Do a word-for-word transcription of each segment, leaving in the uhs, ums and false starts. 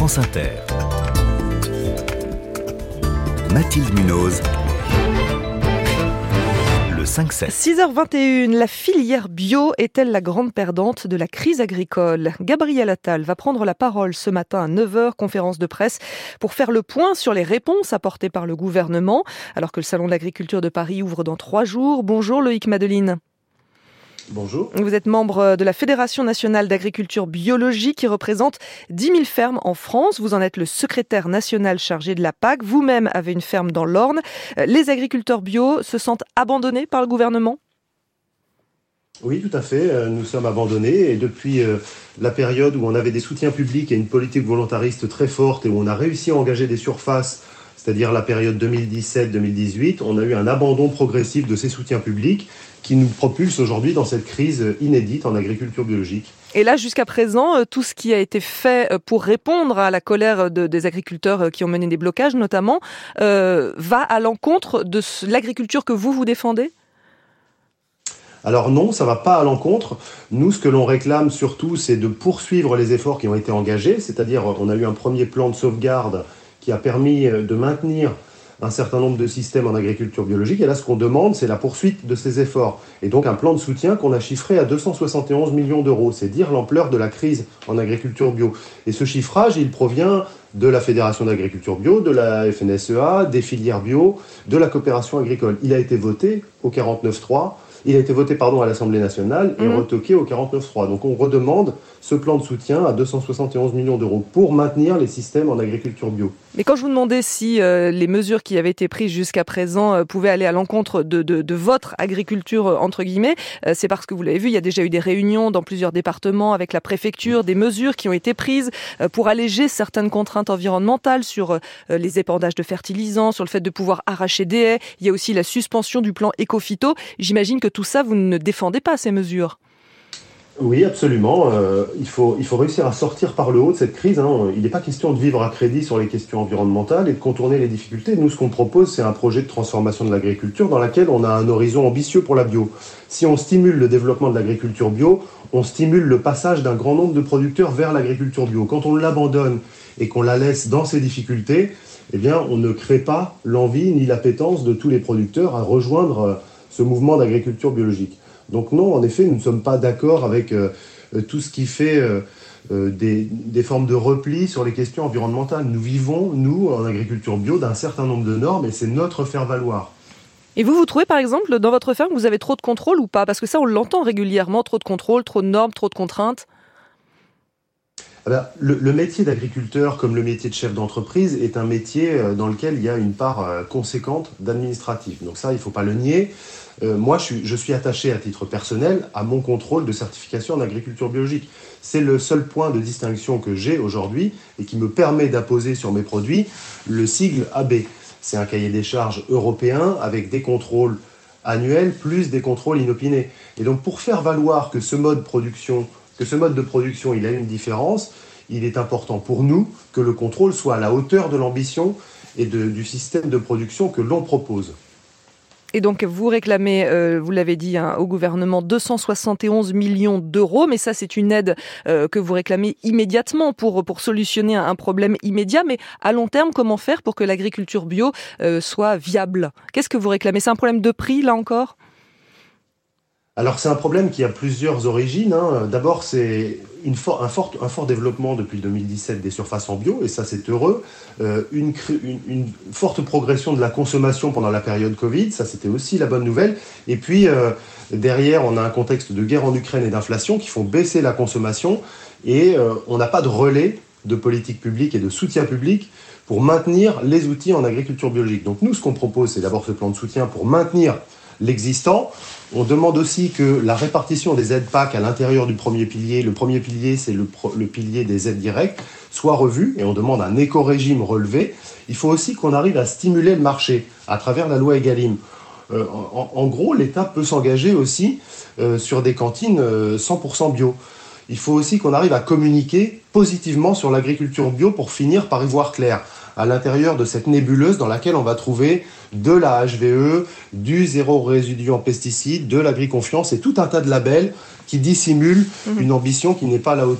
France Inter. Mathilde Munoz. Le cinq sept. six heures vingt et une, la filière bio est-elle la grande perdante de la crise agricole ? Gabriel Attal va prendre la parole ce matin à neuf heures, conférence de presse, pour faire le point sur les réponses apportées par le gouvernement, alors que le Salon de l'agriculture de Paris ouvre dans trois jours. Bonjour Loïc Madeline. Bonjour. Vous êtes membre de la Fédération nationale d'agriculture biologique qui représente dix mille fermes en France. Vous en êtes le secrétaire national chargé de la P A C. Vous-même avez une ferme dans l'Orne. Les agriculteurs bio se sentent abandonnés par le gouvernement ? Oui, tout à fait. Nous sommes abandonnés et depuis la période où on avait des soutiens publics et une politique volontariste très forte et où on a réussi à engager des surfaces, c'est-à-dire la période deux mille dix-sept deux mille dix-huit, on a eu un abandon progressif de ces soutiens publics qui nous propulse aujourd'hui dans cette crise inédite en agriculture biologique. Et là, jusqu'à présent, tout ce qui a été fait pour répondre à la colère de, des agriculteurs qui ont mené des blocages notamment, euh, va à l'encontre de l'agriculture que vous, vous défendez ? Alors non, ça ne va pas à l'encontre. Nous, ce que l'on réclame surtout, c'est de poursuivre les efforts qui ont été engagés, c'est-à-dire on a eu un premier plan de sauvegarde qui a permis de maintenir un certain nombre de systèmes en agriculture biologique. Et là, ce qu'on demande, c'est la poursuite de ces efforts. Et donc, un plan de soutien qu'on a chiffré à deux cent soixante et onze millions d'euros. C'est dire l'ampleur de la crise en agriculture bio. Et ce chiffrage, il provient de la Fédération d'agriculture bio, de la F N S E A, des filières bio, de la coopération agricole. Il a été voté au quarante-neuf trois. Il a été voté pardon, à l'Assemblée nationale et mmh. retoqué au quarante-neuf trois. Donc on redemande ce plan de soutien à deux cent soixante et onze millions d'euros pour maintenir les systèmes en agriculture bio. Mais quand je vous demandais si euh, les mesures qui avaient été prises jusqu'à présent euh, pouvaient aller à l'encontre de, de, de votre agriculture, euh, entre guillemets, euh, c'est parce que vous l'avez vu, il y a déjà eu des réunions dans plusieurs départements avec la préfecture, des mesures qui ont été prises euh, pour alléger certaines contraintes environnementales sur euh, les épandages de fertilisants, sur le fait de pouvoir arracher des haies. Il y a aussi la suspension du plan éco-phyto. J'imagine que tout ça, vous ne défendez pas ces mesures. Oui, absolument. Euh, il faut, il faut réussir à sortir par le haut de cette crise. Hein. Il n'est pas question de vivre à crédit sur les questions environnementales et de contourner les difficultés. Nous, ce qu'on propose, c'est un projet de transformation de l'agriculture dans lequel on a un horizon ambitieux pour la bio. Si on stimule le développement de l'agriculture bio, on stimule le passage d'un grand nombre de producteurs vers l'agriculture bio. Quand on l'abandonne et qu'on la laisse dans ses difficultés, eh bien, on ne crée pas l'envie ni l'appétence de tous les producteurs à rejoindre ce mouvement d'agriculture biologique. Donc non, en effet, nous ne sommes pas d'accord avec euh, tout ce qui fait euh, euh, des, des formes de repli sur les questions environnementales. Nous vivons, nous, en agriculture bio, d'un certain nombre de normes et c'est notre faire-valoir. Et vous, vous trouvez par exemple, dans votre ferme, vous avez trop de contrôle ou pas ? Parce que ça, on l'entend régulièrement, trop de contrôle, trop de normes, trop de contraintes. Alors, le, le métier d'agriculteur, comme le métier de chef d'entreprise, est un métier dans lequel il y a une part euh, conséquente d'administratif. Donc ça, il ne faut pas le nier. Euh, moi, je suis, je suis attaché à titre personnel à mon contrôle de certification en agriculture biologique. C'est le seul point de distinction que j'ai aujourd'hui et qui me permet d'apposer sur mes produits le sigle A B. C'est un cahier des charges européen avec des contrôles annuels plus des contrôles inopinés. Et donc, pour faire valoir que ce mode de production, que ce mode de production, il a une différence, il est important pour nous que le contrôle soit à la hauteur de l'ambition et de, du système de production que l'on propose. Et donc, vous réclamez, euh, vous l'avez dit, hein, au gouvernement, deux cent soixante et onze millions d'euros. Mais ça, c'est une aide euh, que vous réclamez immédiatement pour, pour solutionner un problème immédiat. Mais à long terme, comment faire pour que l'agriculture bio euh, soit viable ? Qu'est-ce que vous réclamez ? C'est un problème de prix, là encore ? Alors, c'est un problème qui a plusieurs origines. Hein. D'abord, c'est une for- un, fort, un fort développement depuis deux mille dix-sept des surfaces en bio, et ça, c'est heureux. Euh, une, une, une forte progression de la consommation pendant la période Covid, ça, c'était aussi la bonne nouvelle. Et puis, euh, derrière, on a un contexte de guerre en Ukraine et d'inflation qui font baisser la consommation, et euh, on n'a pas de relais de politique publique et de soutien public pour maintenir les outils en agriculture biologique. Donc, nous, ce qu'on propose, c'est d'abord ce plan de soutien pour maintenir l'existant. On demande aussi que la répartition des aides P A C à l'intérieur du premier pilier, le premier pilier c'est le, pro, le pilier des aides directes, soit revue et on demande un éco-régime relevé. Il faut aussi qu'on arrive à stimuler le marché à travers la loi Egalim. Euh, en, en gros, l'État peut s'engager aussi euh, sur des cantines euh, cent pour cent bio. Il faut aussi qu'on arrive à communiquer positivement sur l'agriculture bio pour finir par y voir clair à l'intérieur de cette nébuleuse dans laquelle on va trouver de la H V E, du zéro résidu en pesticides, de l'agri-confiance et tout un tas de labels qui dissimulent mmh. une ambition qui n'est pas à la hauteur.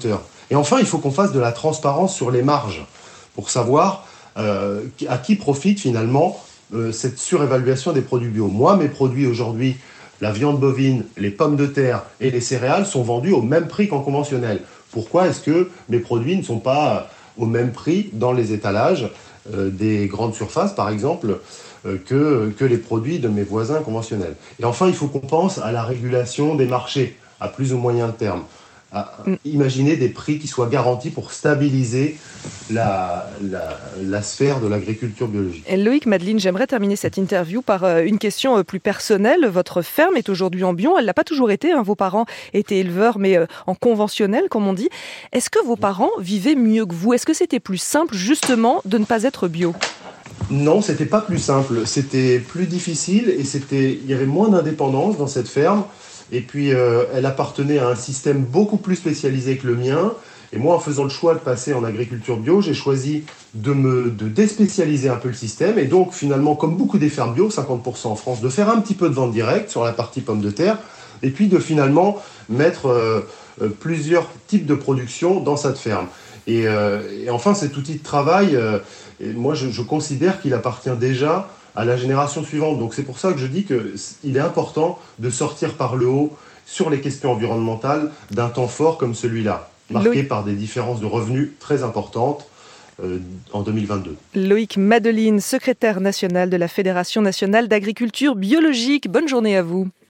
Et enfin, il faut qu'on fasse de la transparence sur les marges pour savoir euh, à qui profite finalement euh, cette surévaluation des produits bio. Moi, mes produits aujourd'hui, la viande bovine, les pommes de terre et les céréales sont vendus au même prix qu'en conventionnel. Pourquoi est-ce que mes produits ne sont pas au même prix dans les étalages euh, des grandes surfaces, par exemple, euh, que, que les produits de mes voisins conventionnels? Et enfin, il faut qu'on pense à la régulation des marchés à plus ou moyen terme. À imaginer des prix qui soient garantis pour stabiliser la, la, la sphère de l'agriculture biologique. Et Loïc Madeline, j'aimerais terminer cette interview par une question plus personnelle. Votre ferme est aujourd'hui en bio, elle l'a pas toujours été, hein. Vos parents étaient éleveurs, mais en conventionnel, comme on dit. Est-ce que vos parents vivaient mieux que vous? Est-ce que c'était plus simple, justement, de ne pas être bio? Non, c'était pas plus simple, c'était plus difficile et c'était, il y avait moins d'indépendance dans cette ferme. Et puis, euh, elle appartenait à un système beaucoup plus spécialisé que le mien. Et moi, en faisant le choix de passer en agriculture bio, j'ai choisi de me de déspécialiser un peu le système. Et donc, finalement, comme beaucoup des fermes bio, cinquante pour cent en France, de faire un petit peu de vente directe sur la partie pommes de terre. Et puis, de finalement mettre euh, euh, plusieurs types de production dans cette ferme. Et, euh, et enfin, cet outil de travail, euh, et moi, je, je considère qu'il appartient déjà à la génération suivante. Donc c'est pour ça que je dis qu'il est important de sortir par le haut sur les questions environnementales d'un temps fort comme celui-là, marqué Loïc... par des différences de revenus très importantes euh, en deux mille vingt-deux. Loïc Madeline, secrétaire national de la Fédération nationale d'agriculture biologique. Bonne journée à vous.